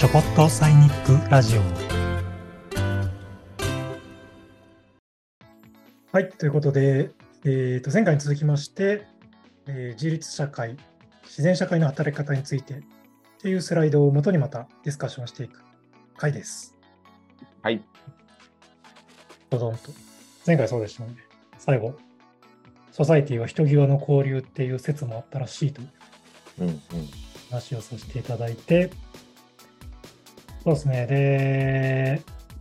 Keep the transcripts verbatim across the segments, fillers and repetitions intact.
ちょこっとサイニックラジオ。はい、ということで、えー、と前回に続きまして、えー自立社会、自然社会の働き方についてっていうスライドを元にまたディスカッションしていく回です。 はい。 ドドンと。前回そうでしたね。最後、ソサイティは人際の交流っていう説もあったらしいといううんうん話をさせていただいて、そうですね。で、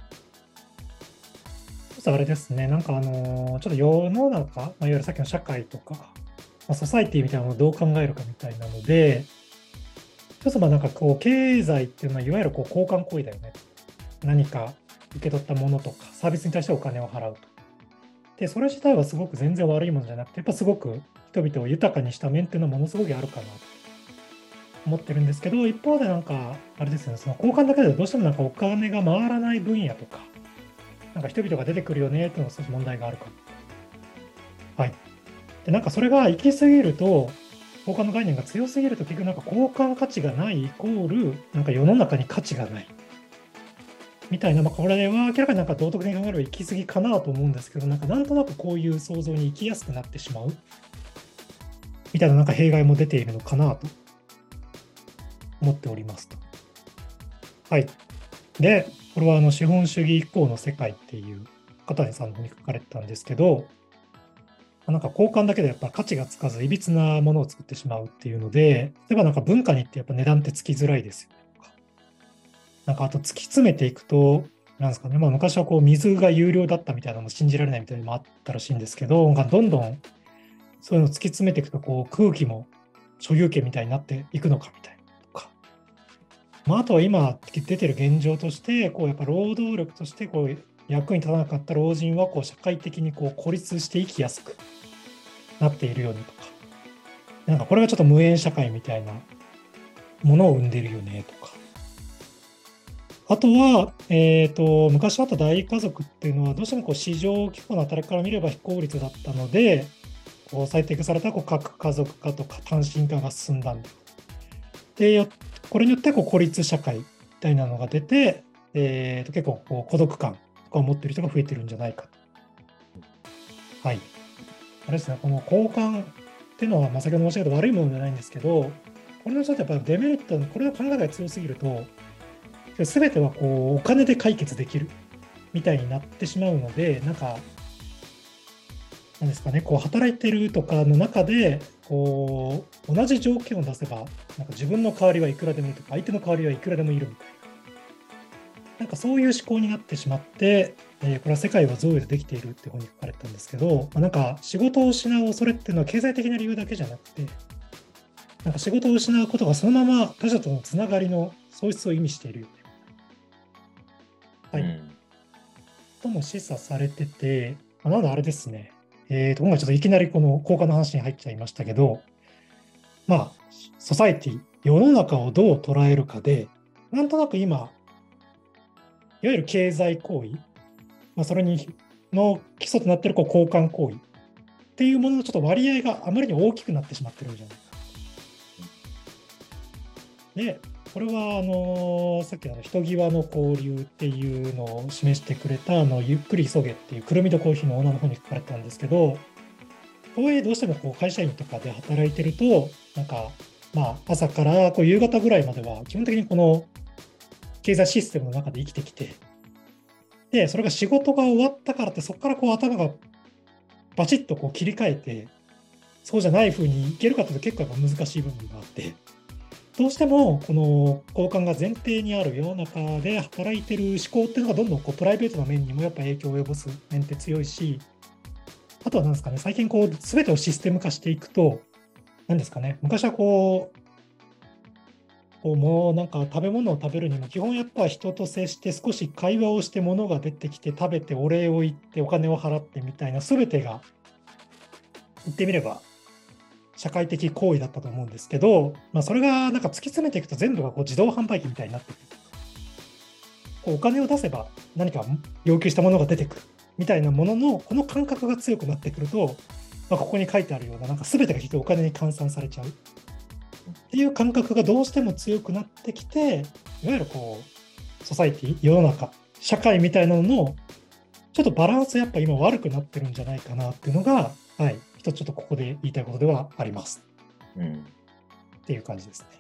一つあれですね、なんかあのーちょっと世の中、まあ、いわゆるさっきの社会とか、まあ、ソサイティみたいなものをどう考えるかみたいなので、一つまあなんかこう経済っていうのはいわゆるこう交換行為だよね。何か受け取ったものとかサービスに対してお金を払うと。で、それ自体はすごく全然悪いものじゃなくて、やっぱすごく人々を豊かにした面っていうのはものすごくあるかなと思ってるんですけど、一方でなんかあれですよね、その交換だけでどうしてもなんかお金が回らない分野とか、なんか人々が出てくるよねっていうのは少し問題があるかな。はい。で、なんかそれが行き過ぎると、交換の概念が強すぎると結局なんか交換価値がないイコール、なんか世の中に価値がない。みたいな、まあ、これは明らかになんか道徳的に考えれば行き過ぎかなと思うんですけど、なんかなんとなくこういう想像に行きやすくなってしまうみたいななんか弊害も出ているのかなと思っておりますと。はい。で、これはあの資本主義以降の世界っていう片谷さんの方に書かれてたんですけど、なんか交換だけでやっぱ価値がつかず、いびつなものを作ってしまうっていうので、例えばなんか文化にってやっぱ値段ってつきづらいですよね。なんかあと突き詰めていくと、なんですかね、まあ、昔はこう水が有料だったみたいなのも信じられないみたいなのもあったらしいんですけど、なんかどんどんそういうのを突き詰めていくとこう空気も所有権みたいになっていくのかみたいなとか、まあ、あとは今出てる現状として、こうやっぱ労働力としてこう役に立たなかった老人はこう社会的にこう孤立して生きやすくなっているよねとか、なんかこれがちょっと無縁社会みたいなものを生んでいるよねとか。あとは、えーと、昔あった大家族っていうのは、どうしてもこう市場規模の働きから見れば非効率だったので、こう採択されたこう核家族化とか単身化が進んだんだよ。で、これによってこう孤立社会みたいなのが出て、えーと結構こう孤独感とかを持っている人が増えてるんじゃないかと。はい。あれですね、この交換っていうのは、まあ、先ほど申し上げた悪いものじゃないんですけど、これのちょっとやっぱデメリット、これの考えが強すぎると、すべてはこうお金で解決できるみたいになってしまうので、なんか、なんですかね、こう働いてるとかの中で、こう同じ条件を出せば、なんか自分の代わりはいくらでもいいとか、相手の代わりはいくらでもいるみたいな、なんかそういう思考になってしまって、えーこれは世界は贈与でできているって本に書かれてたんですけど、まあ、なんか仕事を失う恐れっていうのは経済的な理由だけじゃなくて、なんか仕事を失うことがそのまま他者とのつながりの喪失を意味しているよね。はい。 うんとも示唆されてて、あなのであれですね、えーと、今ちょっといきなりこの交換の話に入っちゃいましたけど、まあ、ソサイティ、世の中をどう捉えるかで、なんとなく今、いわゆる経済行為、まあ、それにの基礎となっているこう交換行為っていうもののちょっと割合があまりに大きくなってしまってるんじゃないか。で、これはあのさっきの人際の交流っていうのを示してくれたあのゆっくり急げっていうくるみとコーヒーのオーナーの方に書かれてたんですけど、とはいえどうしてもこう会社員とかで働いてると、なんかまあ朝からこう夕方ぐらいまでは基本的にこの経済システムの中で生きてきて、で、それが仕事が終わったからってそこからこう頭がバチッとこう切り替えて、そうじゃない風にいけるかというと結構やっぱ難しい部分があって、どうしてもこの交換が前提にある世の中で働いてる思考っていうのがどんどんこうプライベートな面にもやっぱ影響を及ぼす面って強いし、あとは何ですかね、最近こう全てをシステム化していくと、何ですかね、昔はこう、こうもうなんか食べ物を食べるにも基本やっぱ人と接して少し会話をして物が出てきて食べてお礼を言ってお金を払ってみたいな全てが言ってみれば社会的行為だったと思うんですけど、まあ、それがなんか突き詰めていくと全部がこう自動販売機みたいになってくる。こうお金を出せば何か要求したものが出てくるみたいなもののこの感覚が強くなってくると、まあ、ここに書いてあるようななんか全てがきっとお金に換算されちゃう。 っていう感覚がどうしても強くなってきて、いわゆるこうソサイティ、世の中、社会みたいなののちょっとバランスやっぱ今悪くなってるんじゃないかなっていうのが、はい、一つちょっとここで言いたいことではあります。 うん、 っていう感じですね。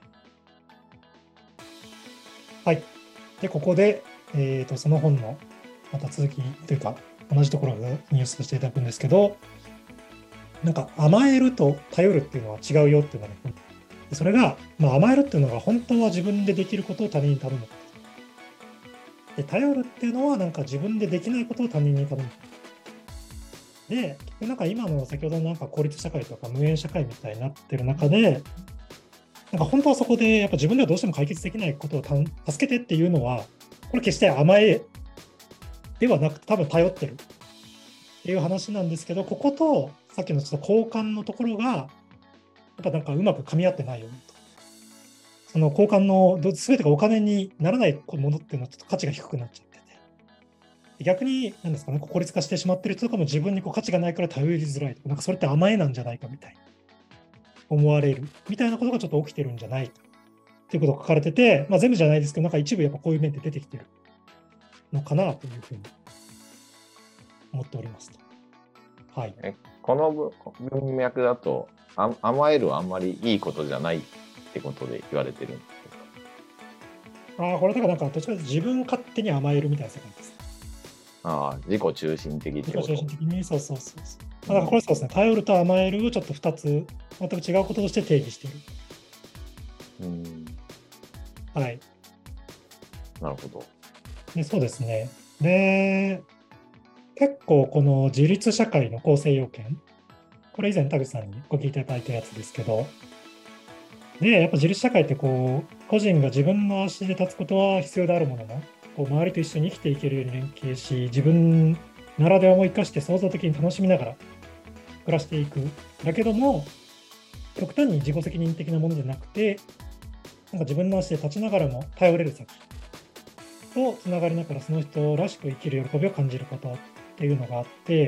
はい。で、ここで、えーと、その本のまた続きというか、同じところを引用させていただくんですけど、なんか甘えると頼るっていうのは違うよっていうのが、それが、まあ、甘えるっていうのが本当は自分でできることを他人に頼む。で、頼るっていうのはなんか自分でできないことを他人に頼む。で、なんか今の先ほどのなんか効率社会とか無縁社会みたいになってる中で、なんか本当はそこでやっぱ自分ではどうしても解決できないことを助けてっていうのは、これ決して甘えではなくて多分頼ってるっていう話なんですけど、こことさっきのちょっと交換のところが、やっぱなんかうまく噛み合ってないよねと。その交換の全てがお金にならないものっていうのはちょっと価値が低くなっちゃってて。逆に、なんですかね、効率化してしまってる人とかも自分にこう価値がないから頼りづらいとか、なんかそれって甘えなんじゃないかみたいな。思われるみたいなことがちょっと起きてるんじゃないかっていうことが書かれてて、まあ、全部じゃないですけど、なんか一部やっぱこういう面って出てきてるのかなというふうに思っておりますと。はい。 えこの文脈だとあ甘えるはあんまりいいことじゃないってことで言われてるんですか？ああ、これだからなんかどっちかというと自分勝手に甘えるみたいな世界です。 ああ、自己中心的ってこと。 自己中心的に、そうそうそうそう。だからこれそうですね、頼ると甘えるをちょっとふたつ全く違うこととして定義している。 うん。 はい。 なるほど。 でそうですね。で、結構この自立社会の構成要件、これ以前田口さんにご聞いていただいたやつですけど、で、やっぱ自立社会ってこう、個人が自分の足で立つことは必要であるものの、こう周りと一緒に生きていけるように連携し、自分ならではも生かして創造的に楽しみながら暮らしていく。だけども、極端に自己責任的なものじゃなくて、なんか自分の足で立ちながらも頼れる先とつながりながらその人らしく生きる喜びを感じることっていうのがあって、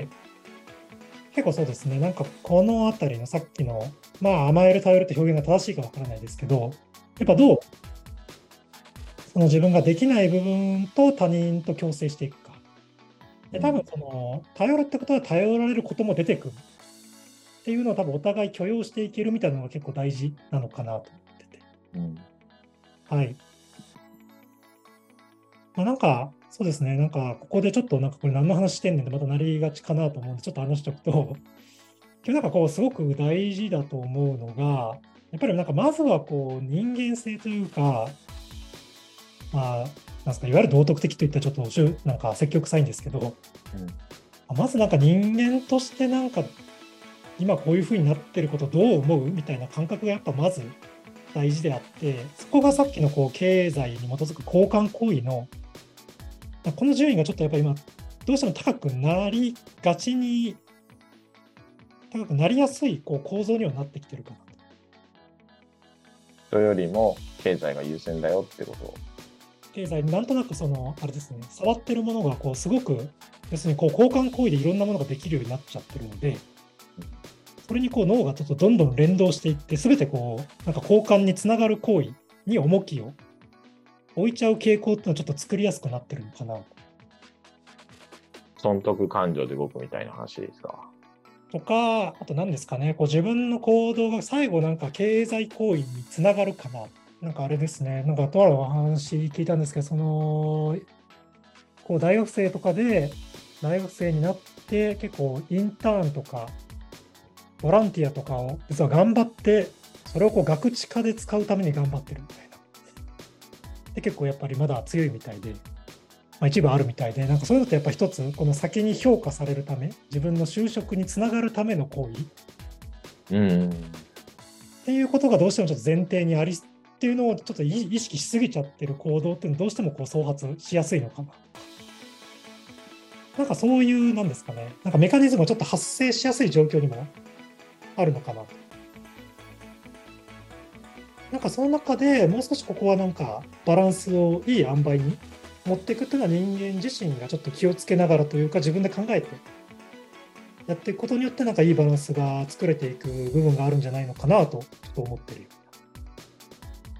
結構そうですね、なんかこのあたりのさっきの、まあ甘える頼るって表現が正しいかわからないですけど、やっぱどうその自分ができない部分と他人と共生していくか。で、多分その頼るってことは頼られることも出てくるっていうのを多分お互い許容していけるみたいなのが結構大事なのかなと思ってて。 うん、 はい。まあ、なんか、そうですね、なんかここでちょっとなんかこれ何の話してんねんってまたなりがちかなと思うんで、ちょっと話しておくと、今日なんかこうすごく大事だと思うのが、やっぱりなんかまずはこう人間性というか、まあ、なんですか、いわゆる道徳的といったらちょっとなんか積極臭いんですけど、うん、まずなんか人間としてなんか今こういう風になってることどう思うみたいな感覚がやっぱまず大事であって、そこがさっきのこう経済に基づく交換行為のこの順位がちょっとやっぱ今どうしても高くなりがちに高くなりやすいこう構造にはなってきてるかなと。 人よりも経済が優先だよってことを。 経済なんとなくそのあれですね、触ってるものがこうすごく要するにこう交換行為でいろんなものができるようになっちゃってるので、それにこう脳がちょっとどんどん連動していって全てこうなんか交換につながる行為に重きを置いちゃう傾向っていうのはちょっと作りやすくなってるのかなと。 損得感情で動くみたいな話ですか。 とか、あと何ですかね、こう自分の行動が最後なんか経済行為につながるかな。なんかあれですね、なんかとあるお話聞いたんですけど、その、こう大学生とかで、大学生になって結構インターンとか、ボランティアとかを実は頑張って、それをこう学知化で使うために頑張ってるみたいな。で、結構やっぱりまだ強いみたいで、まあ、一部あるみたいで、なんかそういうのってやっぱ一つ、この先に評価されるため、自分の就職につながるための行為、うん、っていうことがどうしてもちょっと前提にありっていうのをちょっと意識しすぎちゃってる行動っていうのはどうしてもこう創発しやすいのかな。なんかそういうなんですかね、なんかメカニズムがちょっと発生しやすい状況にもあるのかなと。なんかその中でもう少しここはなんかバランスをいい塩梅に持っていくっていうのは人間自身がちょっと気をつけながらというか自分で考えてやっていくことによってなんかいいバランスが作れていく部分があるんじゃないのかなとちょっと思ってるよ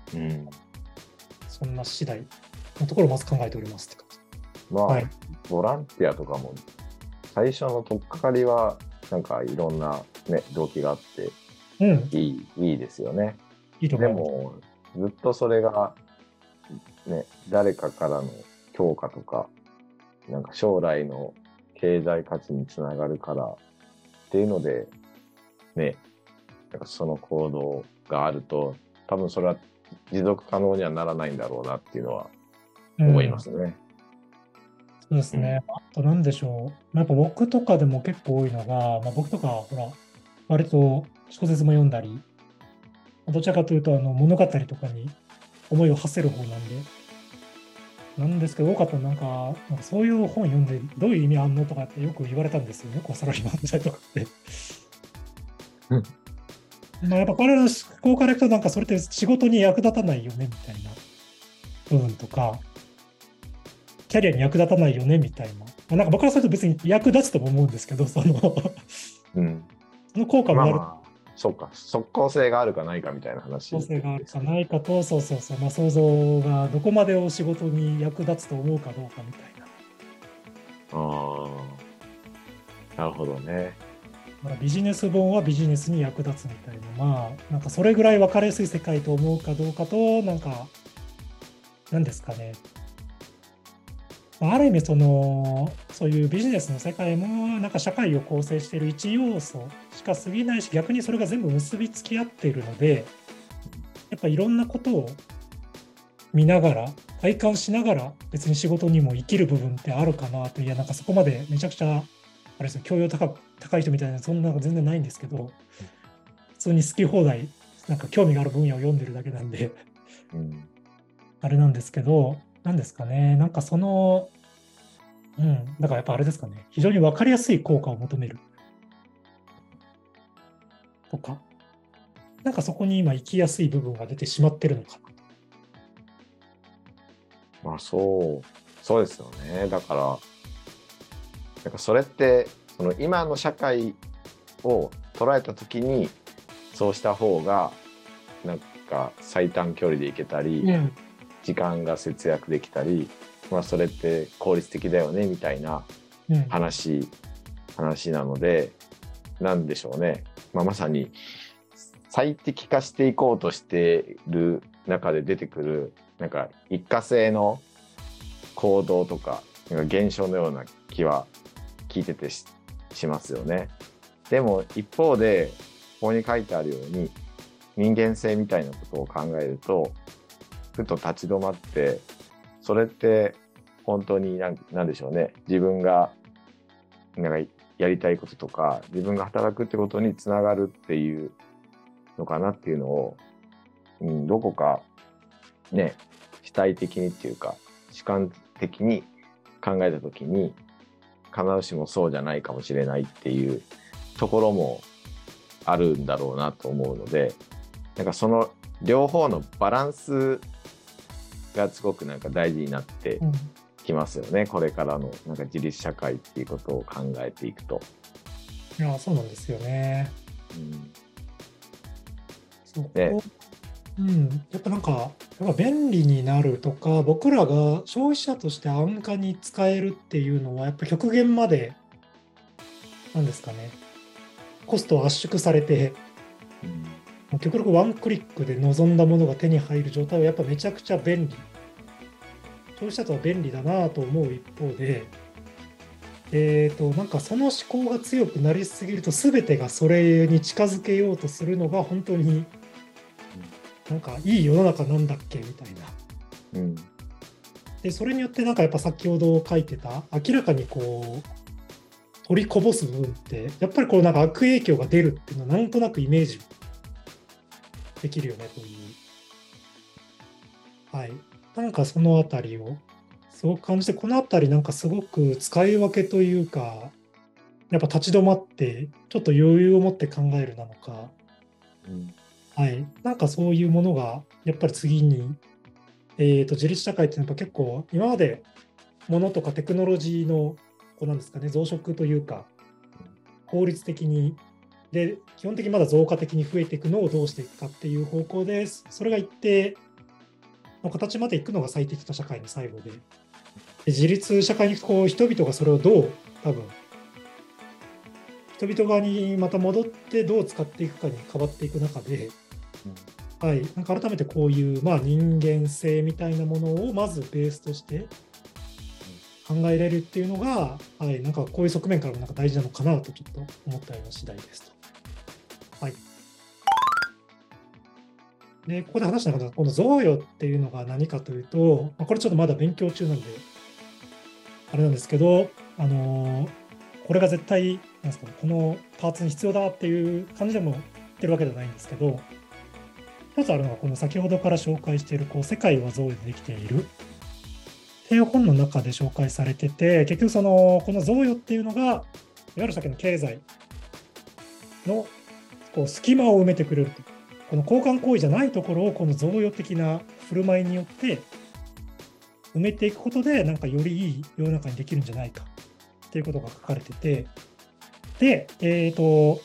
うん、 そんな次第のところをまず考えておりますって感じ。 まあ、 はい。 ボランティアとかも最初の取っかかりはなんかいろんな、ね、動機があってうん。 いい、いいですよね。 いいと思います。 でもずっとそれが、ね、誰かからの評価とかなんか将来の経済価値につながるからっていうのでね、なんかその行動があると多分それは持続可能にはならないんだろうなっていうのは思いまうん。 すね。 そうですね。 うん。 あと何でしょう。まあやっぱ僕とかでも結構多いのが、まあ、僕とか、ほら、割と小説も読んだり、どちらかというとあの物語とかに思いを馳せる方なんで、なんですけど、多かったのなんか、なんかそういう本読んでどういう意味あんのとかってよく言われたんですよね、こうサラリーマン時代とかって。 うん。 まあやっぱ彼らの思考からいくと、なんかそれって仕事に役立たないよねみたいな部分とか、キャリアに役立たないよねみたいな。まあなんか僕からすると別に役立つとも思うんですけど、そのうん。 その効果もあるまあまあ、そうか、即効性があるかないかみたいな話可能性があるかですね。 ないかと、そうそうそう、まあ、想像がどこまでを仕事に役立つと思うかどうかみたいな。 ああ、なるほどね。 まあ、ビジネス本はビジネスに役立つみたいな、まあ、なんかそれぐらい分かりやすい世界と思うかどうかと、なんか、なんですかね。まあある意味、その、そういうビジネスの世界も、なんか社会を構成している一要素しか過ぎないし、逆にそれが全部結びつき合っているので、やっぱいろんなことを見ながら、体感しながら、別に仕事にも生きる部分ってあるかなと、いや、なんかそこまでめちゃくちゃ、あれですよ、教養高く高い人みたいな、そんなの全然ないんですけど、普通に好き放題、なんか興味がある分野を読んでるだけなんで、 うん。 あれなんですけど、なんですかね、なんかその、うん、だからやっぱあれですかね、非常に分かりやすい効果を求めるとか、なんかそこに今生きやすい部分が出てしまってるのかな。 まあそう、そうですよね。だから、なんかそれって、その今の社会を捉えたときに、そうした方が、なんか最短距離で行けたり、 うん、 時間が節約できたり、まあそれって効率的だよねみたいなうん、 話、話なので、なんでしょうね。まあまさに最適化していこうとしている中で出てくる、なんか一過性の行動とか、なんか現象のような気は聞いてて し, しますよね。でも一方で、ここに書いてあるように、人間性みたいなことを考えると、ふと立ち止まって、それって本当に何なんでしょうね。自分がなんかやりたいこととか、自分が働くってことにつながるっていうのかなっていうのを、うん、どこかね、主体的にっていうか、主観的に考えたときに、必ずしもそうじゃないかもしれないっていうところもあるんだろうなと思うので、なんかその両方のバランスがすごくなんか大事になってうん、 きますよね。これからのなんか自立社会っていうことを考えていくと。 いや、そうなんですよね。 うん、 そで、 こうん、やっぱなんか、やっぱ便利になるとか、僕らが消費者として安価に使えるっていうのは、やっぱ極限まで、なんですかね、コストを圧縮されて、 うん、 もう極力ワンクリックで望んだものが手に入る状態は、やっぱめちゃくちゃ便利。消費者とは便利だなと思う一方で、えーと、なんかその思考が強くなりすぎると、すべてがそれに近づけようとするのが、本当になんかいい世の中なんだっけみたいな。 うん、 で、それによってなんかやっぱ先ほど書いてた、明らかにこう、取りこぼす部分って、やっぱりこうなんか悪影響が出るっていうのはなんとなくイメージできるよねという。はい。なんかそのあたりをすごく感じて、このあたりなんかすごく使い分けというか、やっぱ立ち止まって、ちょっと余裕を持って考えるなのか、 うん、 はい。なんかそういうものが、やっぱり次に、えーと、自立社会っていうのはやっぱ結構、今まで物とかテクノロジーの、こうなんですかね、増殖というか、効率的に、で、基本的にまだ増加的に増えていくのをどうしていくかっていう方向です。それが一定の形まで行くのが最適化社会の最後で、で自立社会にこう人々がそれをどう多分人々側にまた戻ってどう使っていくかに変わっていく中で、うん、はい、なんか改めてこういう、まあ、人間性みたいなものをまずベースとして考えれるっていうのが、はい、なんかこういう側面からもなんか大事なのかなとちょっと思ったような次第ですと。はい。で、ここで話した中で、この贈与っていうのが何かというと、まあ、これちょっとまだ勉強中なんで、あれなんですけど、あのー、これが絶対、なんですかね、このパーツに必要だっていう感じでも言ってるわけではないんですけど、一つあるのが、この先ほどから紹介している、こう、世界は贈与でできているっていう本の中で紹介されてて、結局その、この贈与っていうのが、いわゆる先の経済のこう隙間を埋めてくれると。この交換行為じゃないところを、この贈与的な振る舞いによって埋めていくことで、なんかよりいい世の中にできるんじゃないかっていうことが書かれてて、で、えっと、こ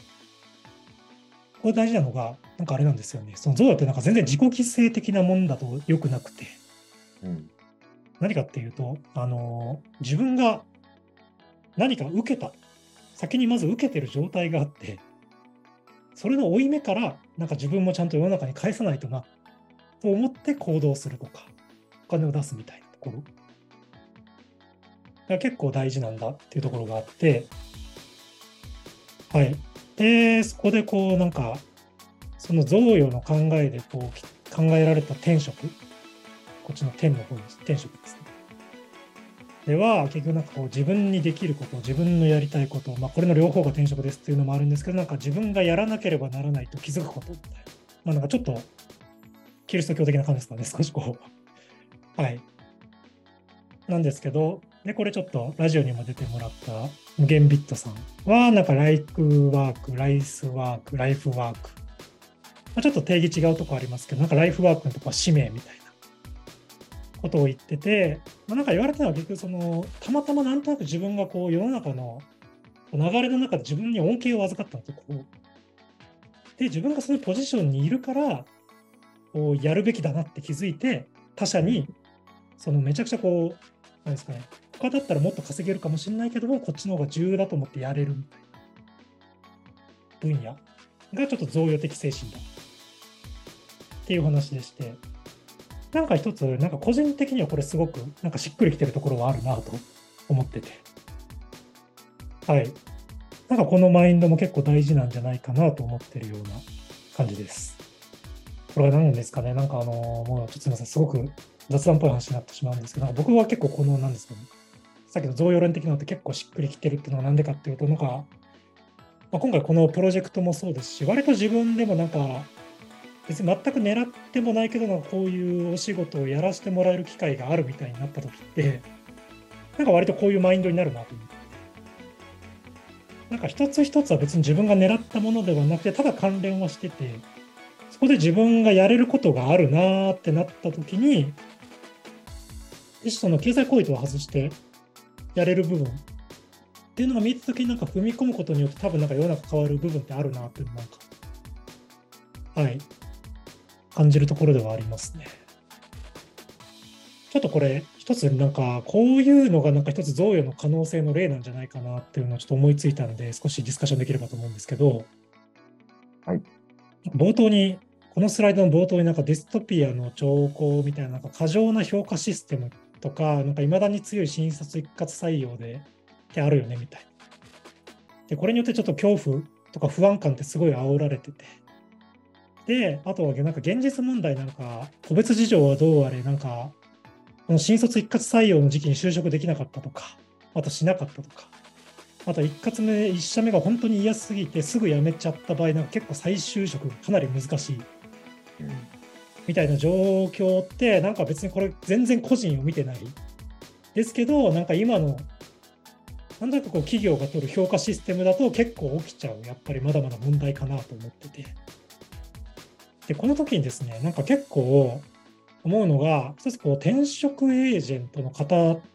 れ大事なのが、なんかあれなんですよね。その贈与ってなんか全然自己犠牲的なもんだと良くなくて、うん、何かっていうと、あの、自分が何か受けた、先にまず受けてる状態があって、それの負い目から、なんか自分もちゃんと世の中に返さないとな、と思って行動するとか、お金を出すみたいなところが結構大事なんだっていうところがあって、はい。で、そこでこう、なんか、その贈与の考えでこう考えられた天職、こっちの天の方です、天職ですね。では、結局なんかこう自分にできること、自分のやりたいこと、まあこれの両方が天職ですっていうのもあるんですけど、なんか自分がやらなければならないと気づくことみたいな。まあなんかちょっとキリスト教的な感じですかね、少しこう。はい。なんですけど、で、これちょっとラジオにも出てもらった無限ビットさんは、なんかライクワーク、ライスワーク、ライフワーク。まあ、ちょっと定義違うとこありますけど、なんかライフワークのとこは使命みたいなことを言ってて、まあ、なんか言われたのは結局その、たまたまなんとなく自分がこう世の中の流れの中で自分に恩恵を預かったんですよ、こう。で、自分がそのポジションにいるから、こうやるべきだなって気づいて、他者に、そのめちゃくちゃこう、なんですかね、他だったらもっと稼げるかもしれないけども、こっちの方が重要だと思ってやれるみたいな分野がちょっと贈与的精神だっていう話でして、なんか一つ、なんか個人的にはこれすごくなんかしっくりきてるところはあるなと思ってて、はい。なんかこのマインドも結構大事なんじゃないかなと思ってるような感じです。これは何ですかね、なんかあの、もうちょっとすみません、すごく雑談っぽい話になってしまうんですけど、僕は結構この、なんですかね、さっきの贈与論的なのって結構しっくりきてるっていうのはなんでかっていうと、なんか、まあ、今回このプロジェクトもそうですし、割と自分でもなんか、別に全く狙ってもないけど、なんかこういうお仕事をやらせてもらえる機会があるみたいになった時って、なんか割とこういうマインドになるなと思って。なんか一つ一つは別に自分が狙ったものではなくて、ただ関連はしてて、そこで自分がやれることがあるなーってなった時に、その経済行為とは外してやれる部分っていうのが見えた時になんか踏み込むことによって多分なんか世の中変わる部分ってあるなっていうのなんか、はい、感じるところではありますね。ちょっとこれ一つなんかこういうのがなんか一つ贈与の可能性の例なんじゃないかなっていうのをちょっと思いついたので少しディスカッションできればと思うんですけど、 はい、 冒頭にこのスライドの冒頭になんかディストピアの兆候みたいななんか過剰な評価システムとかなんか未だに強い新卒一括採用でってあるよねみたいな。でこれによってちょっと恐怖とか不安感ってすごい煽られてて。で、あとはなんか現実問題なんか個別事情はどうあれなんかこの新卒一括採用の時期に就職できなかったとか、あとしなかったとか、あと一括目、一社目が本当に嫌すぎてすぐ辞めちゃった場合、なんか結構再就職がかなり難しいみたいな状況って、なんか別にこれ全然個人を見てないですけど、なんか今のなんとなくこう企業が取る評価システムだと結構起きちゃう、やっぱりまだまだ問題かなと思ってて。で、この時にですね、なんか結構思うのが、一つこう転職エージェントの方って、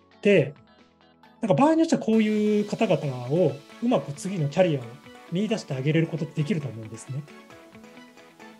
なんか場合によってはこういう方々をうまく次のキャリアを見出してあげれることってできると思うんですね。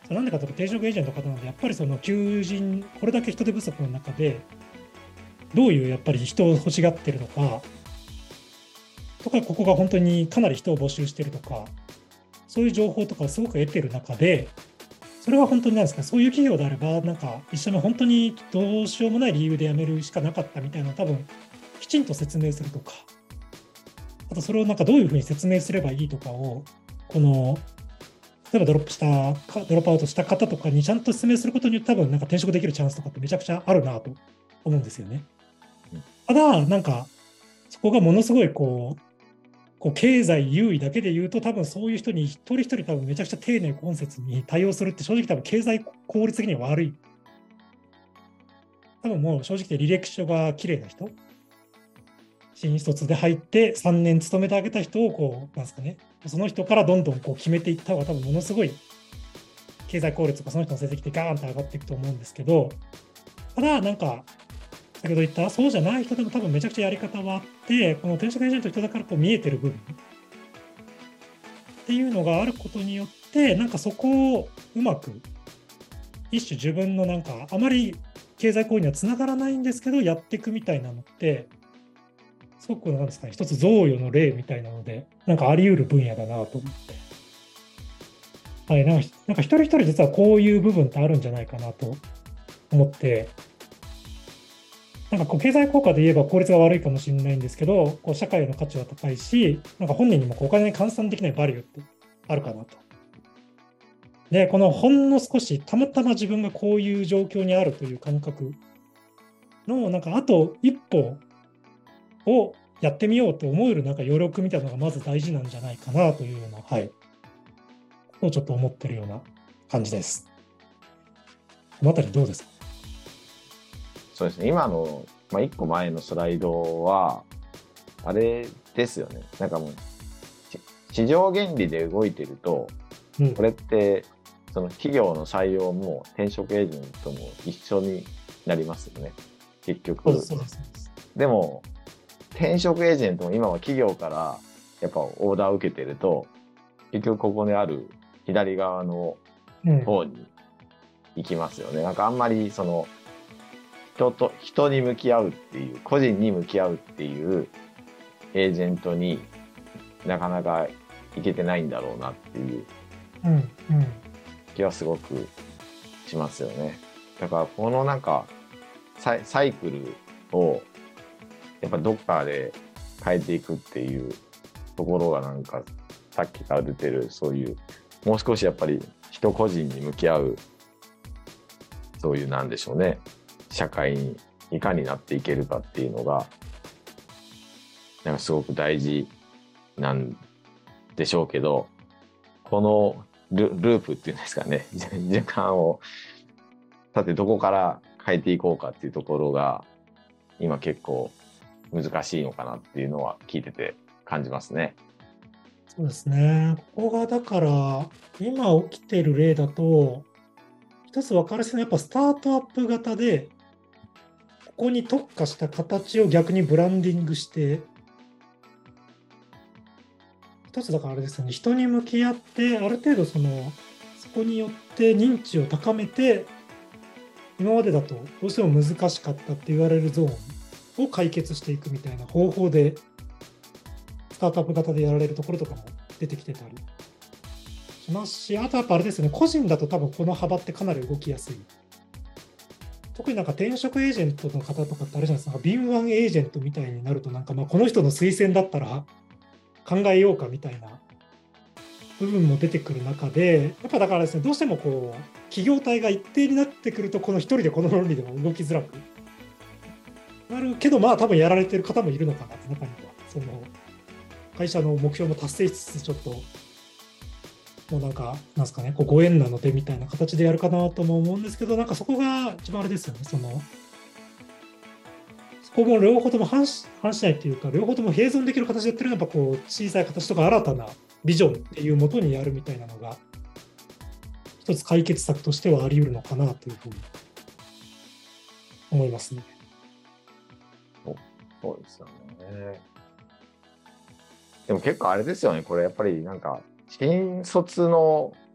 そうなんでかというと定職エージェントの方なんで、やっぱりその求人、これだけ人手不足の中で、どういうやっぱり人を欲しがってるのか、とか、ここが本当にかなり人を募集してるとか、そういう情報とかをすごく得てる中で、それは本当になんですか、そういう企業であれば、なんか一緒に本当にどうしようもない理由で辞めるしかなかったみたいなのを多分、きちんと説明するとか、あとそれをなんかどういうふうに説明すればいいとかを、この、例えばドロップした、ドロップアウトした方とかにちゃんと説明することによって多分なんか転職できるチャンスとかってめちゃくちゃあるなと思うんですよね。ただ、なんか、そこがものすごいこう、こう経済優位だけで言うと、多分そういう人に一人一人多分めちゃくちゃ丁寧懇切に対応するって正直多分経済効率的には悪い。多分もう正直で履歴書が綺麗な人、新卒で入ってさんねん勤めてあげた人をこう、なんですかね、その人からどんどんこう決めていった方が多分ものすごい経済効率とかその人の成績ってガーンと上がっていくと思うんですけど、ただなんか、先ほど言ったそうじゃない人でも多分めちゃくちゃやり方はあって、この転職エージェントの人だからこう見えてる部分っていうのがあることによって、なんかそこをうまく、一種自分のなんかあまり経済行為にはつながらないんですけど、やっていくみたいなのって、すごくなんですかね、一つ贈与の例みたいなので、なんかあり得る分野だなと思って。はい、なんかなんか一人一人実はこういう部分ってあるんじゃないかなと思って、なんかこう経済効果で言えば効率が悪いかもしれないんですけど、こう社会への価値は高いし、なんか本人にもこうお金に換算できないバリューってあるかなと。で、このほんの少し、たまたま自分がこういう状況にあるという感覚の、なんかあと一歩をやってみようと思えるなんか余力みたいなのがまず大事なんじゃないかなというような、はい、をちょっと思ってるような感じです。このあたりどうですか？ そうですね。今の、まあ、いっこまえのスライドは、あれですよね。なんかもう、市場原理で動いてると、 うん、 これって、その企業の採用も転職エージェントも一緒になりますよね。結局。 そうです、そうです。 でも、転職エージェントも今は企業からやっぱオーダーを受けてると、結局ここにある左側の方に行きますよね。うん、なんかあんまりその、人と、人に向き合うっていう、個人に向き合うっていうエージェントになかなかいけてないんだろうなっていう気はすごくしますよね。だからこのなんかサイ、サイクルをやっぱどっかで変えていくっていうところがなんかさっきから出てるそういうもう少しやっぱり人個人に向き合うそういうなんでしょうね。社会にいかになっていけるかっていうのがなんかすごく大事なんでしょうけど、この ル, ループっていうんですかね、時間をさてどこから変えていこうかっていうところが今結構難しいのかなっていうのは聞いてて感じますね。 そうですね。ここがだから今起きている例だと一つ分かるのはやっぱスタートアップ型でここに特化した形を逆にブランディングして、一つだからあれですよね、人に向き合って、ある程度その、そこによって認知を高めて、今までだとどうしても難しかったって言われるゾーンを解決していくみたいな方法で、スタートアップ型でやられるところとかも出てきてたりしますし、あとやっぱあれですよね、個人だと多分この幅ってかなり動きやすい。特になんか転職エージェントの方とかってあるじゃないですか、敏腕エージェントみたいになると、なんかまあこの人の推薦だったら考えようかみたいな部分も出てくる中で、やっぱだからですね、どうしてもこう、企業体が一定になってくると、この一人でこの論理でも動きづらくなるけど、まあ多分やられてる方もいるのかなって、中には。その会社の目標も達成しつつ、ちょっと、もうなんか、なんですかね、こうご縁なのでみたいな形でやるかなとも思うんですけど、なんかそこが一番あれですよね、その、そこも両方とも反し反しないっていうか、両方とも併存できる形でやってるのは、やっぱこう、小さい形とか新たなビジョンっていうもとにやるみたいなのが、一つ解決策としてはあり得るのかなというふうに思いますね。 そうそうですよね。でも結構あれですよね、これやっぱりなんか、新卒の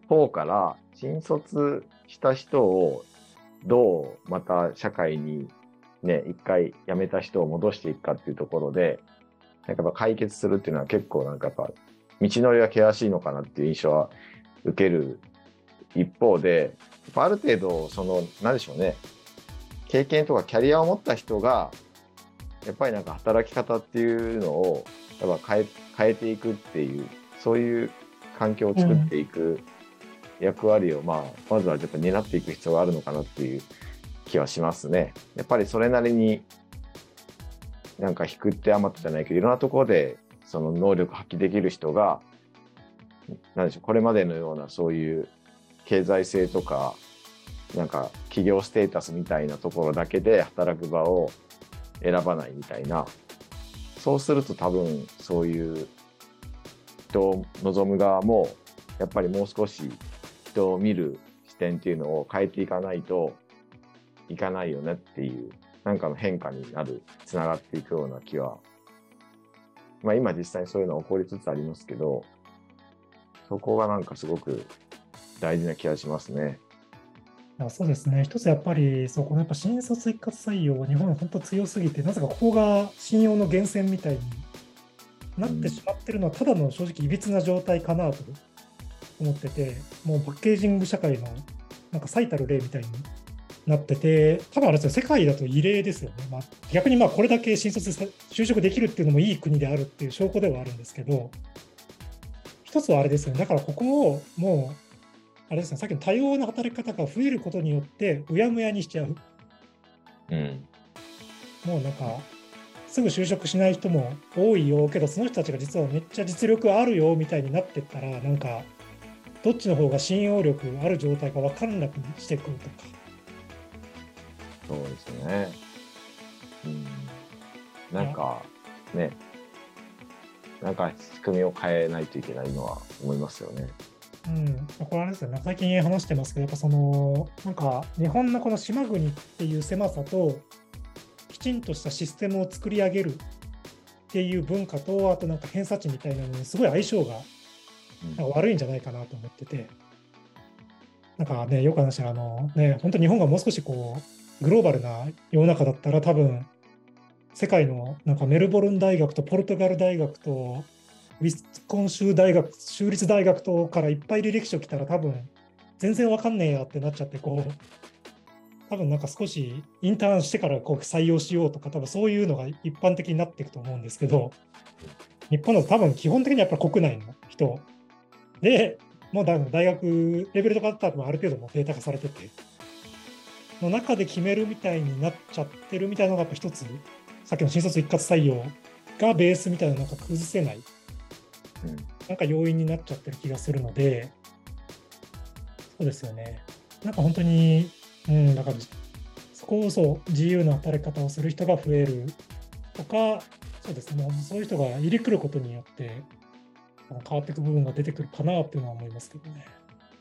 方から新卒した人をどうまた社会にね、一回辞めた人を戻していくかっていうところで、なんかやっぱ解決するっていうのは結構なんかやっぱ道のりが険しいのかなっていう印象は受ける一方で、やっぱある程度その何でしょうね、経験とかキャリアを持った人がやっぱりなんか働き方っていうのをやっぱ変え、変えていくっていう、そういう環境を作っていく役割を、まあ、まずはやっぱ担っていく必要があるのかなっていう気はしますね。やっぱりそれなりになんか引く手あまたじゃないけど、いろんなところでその能力発揮できる人が、なんでしょう、これまでのようなそういう経済性とか、なんか企業ステータスみたいなところだけで働く場を選ばないみたいな、そうすると多分そういう人を望む側もやっぱりもう少し人を見る視点っていうのを変えていかないといかないよねっていうなんかの変化になる、つながっていくような気は、まあ今実際にそういうのは起こりつつありますけど、そこがなんかすごく大事な気がしますね。 あ、そうですね。一つやっぱり、そう、このやっぱ新卒一括採用、日本は本当強すぎて、なぜかここが信用の源泉みたいになってしまってるのは、ただの正直いびつな状態かなと思ってて、もうパッケージング社会のなんか最たる例みたいになってて、多分あれですよ、世界だと異例ですよね。まあ、逆にまあこれだけ新卒で就職できるっていうのもいい国であるっていう証拠ではあるんですけど、一つはあれですよね。だからここをもう、あれですね、さっきの多様な働き方が増えることによって、うやむやにしちゃう。 うん。 もうなんか、すぐ就職しない人も多いよけど、その人たちが実はめっちゃ実力あるよみたいになってったら、なんか、どっちの方が信用力ある状態か分からなくしてくるとか。 そうですね。うん。なんかね、なんか仕組みを変えないといけないのは思いますよね。 うん、これあれですよね、最近話してますけど、やっぱその、なんか日本のこの島国っていう狭さと、きちんとしたシステムを作り上げるっていう文化と、あとなんか偏差値みたいなのにすごい相性がなんか悪いんじゃないかなと思ってて、なんかね、よく話したら、あのね、本当に日本がもう少しこう、グローバルな世の中だったら、多分世界のなんかメルボルン大学とポルトガル大学と、ウィスコン州大学、州立大学とからいっぱい履歴書来たら多分全然わかんねえやってなっちゃって、こう、多分なんか少しインターンしてからこう採用しようとか、多分そういうのが一般的になっていくと思うんですけど、日本だと多分基本的にやっぱり国内の人で、もう大学レベルとかだったらある程度もデータ化されてて、の中で決めるみたいになっちゃってるみたいなのがやっぱ一つ、さっきの新卒一括採用がベースみたいななんか崩せない。 うん、 なんか要因になっちゃってる気がするので、そうですよね。なんか本当に、うん、だからそこをそう自由な働き方をする人が増えるとか、そうですね、そういう人が入り来ることによって変わっていく部分が出てくるかなっていうのは思いますけどね。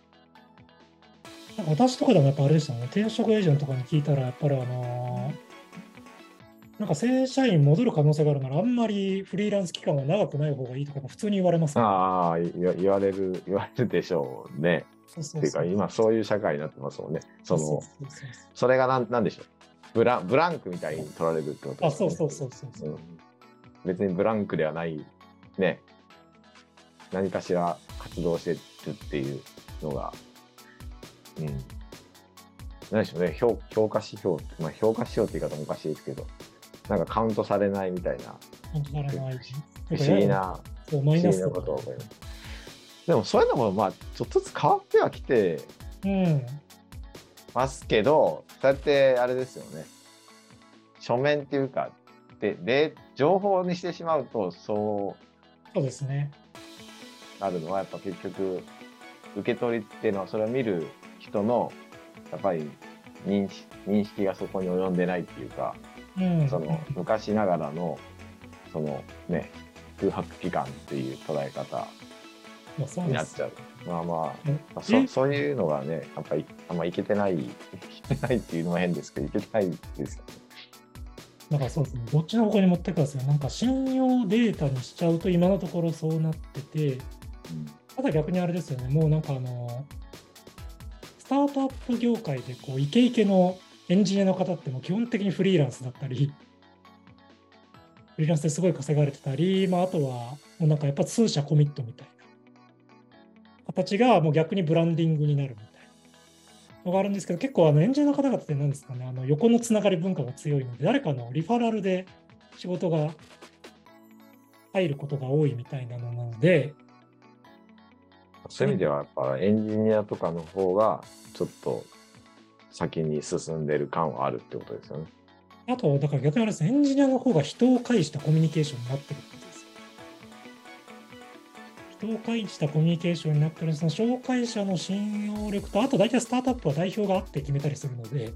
なんか私とかでもやっぱあれでしたね、転職エージェントとかに聞いたら、やっぱりあのーなんか正社員戻る可能性があるなら、あんまりフリーランス期間は長くない方がいいとか普通に言われますね。 ああ、言われる、言われるでしょうね。 そうそうそう。 っていうか、今そういう社会になってますもんね。その、 そうそうそうそうそれがなん、なんでしょう。ブラ、ブランクみたいに取られるってことあ、 ですね。 そうそうそうそう。 うん、別にブランクではない、ね。何かしら活動してるっていうのが、うん。何でしょうね。評、評価指標、まあ評価指標って言い方もおかしいですけど、なんかカウントされないみたいな。 カウントされない。 不思議な、 そうマイナス不思議なことを思います。でもそういうのもまあちょっとずつ変わってはきてますけど、うん、そうやってあれですよね。書面っていうか、で、で情報にしてしまうとそうそうですね。 なるのはやっぱ結局受け取りっていうのはそれを見る人のやっぱり認識、認識がそこに及んでないっていうか、うん、その昔ながらのそのね空白期間っていう捉え方になっちゃう。まあまあ、そ, そういうのがね、やっぱりあんまいけてない、いけてないっていうのは変ですけど、いけてないですよね。 だからそうですね、どっちの方向に持ってくかですよ。なんか信用データにしちゃうと今のところそうなってて、うん、 ただ逆にあれですよね、もうなんかあの、スタートアップ業界でこうイケイケのエンジニアの方ってもう基本的にフリーランスだったり、フリーランスですごい稼がれてたり、まあ、あとはもうなんかやっぱ数社コミットみたいな形がもう逆にブランディングになるみたいなのがあるんですけど、結構あのエンジニアの方々って何ですかね、あの横のつながり文化が強いので、誰かのリファラルで仕事が入ることが多いみたいなのなので、 そういう意味ではやっぱエンジニアとかの方がちょっと先に進んでる感はあるってことですよね。 あと、だから逆にあれですね、エンジニアの方が人を介したコミュニケーションになってるってことですよ。人を介したコミュニケーションになってる、その紹介者の信用力と、あと大体スタートアップは代表があって決めたりするので、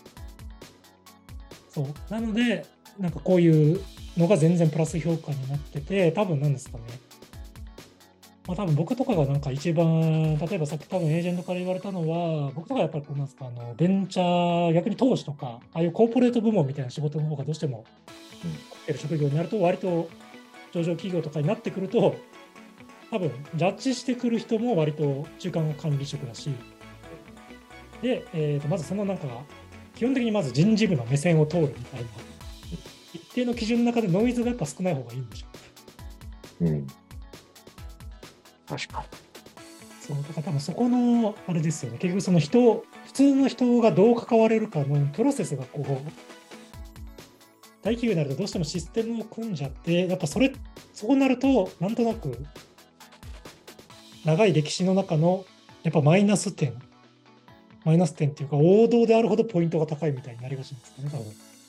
そう。なので、なんかこういうのが全然プラス評価になってて、多分なんですかね。まあ多分僕とかがなんか一番、例えばさっき多分エージェントから言われたのは、僕とかやっぱりこうなんですか、あの、ベンチャー、逆に投資とか、ああいうコーポレート部門みたいな仕事の方がどうしても、うん、職業になると、割と上場企業とかになってくると、多分ジャッジしてくる人も割と中間管理職だし、で、えー、とまずそのなんか、基本的にまず人事部の目線を通るみたいな、一定の基準の中でノイズがやっぱ少ない方がいいんでしょう。うん。確かに。 そう、だから多分そこの、あれですよね、結局その人、普通の人がどう関われるかのプロセスがこう、大企業になるとどうしてもシステムを組んじゃって、やっぱそれ、そうなると、なんとなく、長い歴史の中の、やっぱマイナス点、マイナス点っていうか、王道であるほどポイントが高いみたいになりがちなんですかね、多分。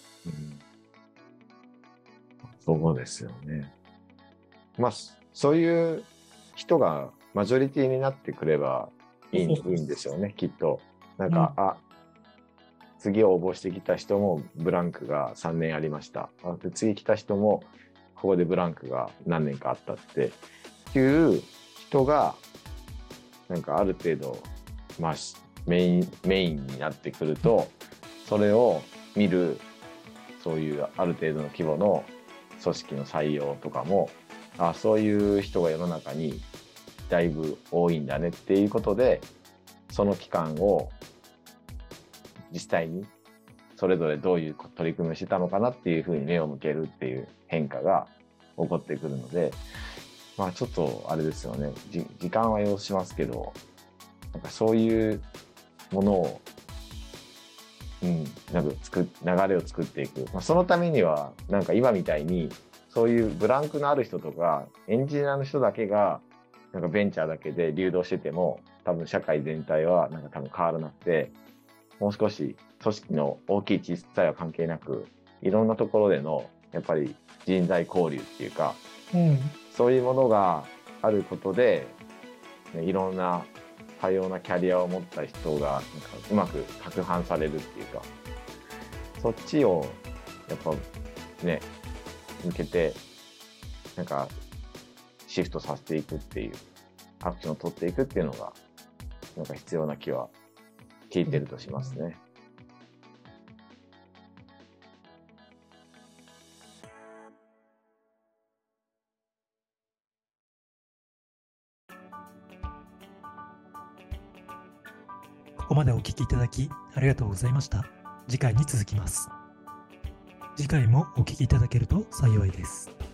うん、そうですよね。まあ、そういう人がマジョリティになってくればいい、いいんですよね、きっと。なんか、うん、あ、次応募してきた人もブランクがさんねんありました。で次来た人もここでブランクが何年かあったっていう人が、なんかある程度、まあ、メイン、メインになってくると、それを見る、そういうある程度の規模の組織の採用とかも、あ、そういう人が世の中にだいぶ多いんだねっていうことで、その期間を実際にそれぞれどういう取り組みをしてたのかなっていうふうに目を向けるっていう変化が起こってくるので、まあちょっとあれですよね、じ時間は要しますけど、なんかそういうものを、うん、なんか作流れを作っていく、まあ、そのためにはなんか今みたいにそういうブランクのある人とかエンジニアの人だけがなんかベンチャーだけで流動してても多分社会全体はなんか多分変わらなくて、もう少し組織の大きい小さいは関係なく、いろんなところでのやっぱり人材交流っていうか、うん、そういうものがあることで、ね、いろんな多様なキャリアを持った人がなんかうまく攪拌されるっていうか、そっちをやっぱね向けてなんかシフトさせていくっていうアクションを取っていくっていうのがなんか必要な気は聞いてるとしますね。 ここまでお聞きいただきありがとうございました。次回に続きます。次回もお聞きいただけると幸いです。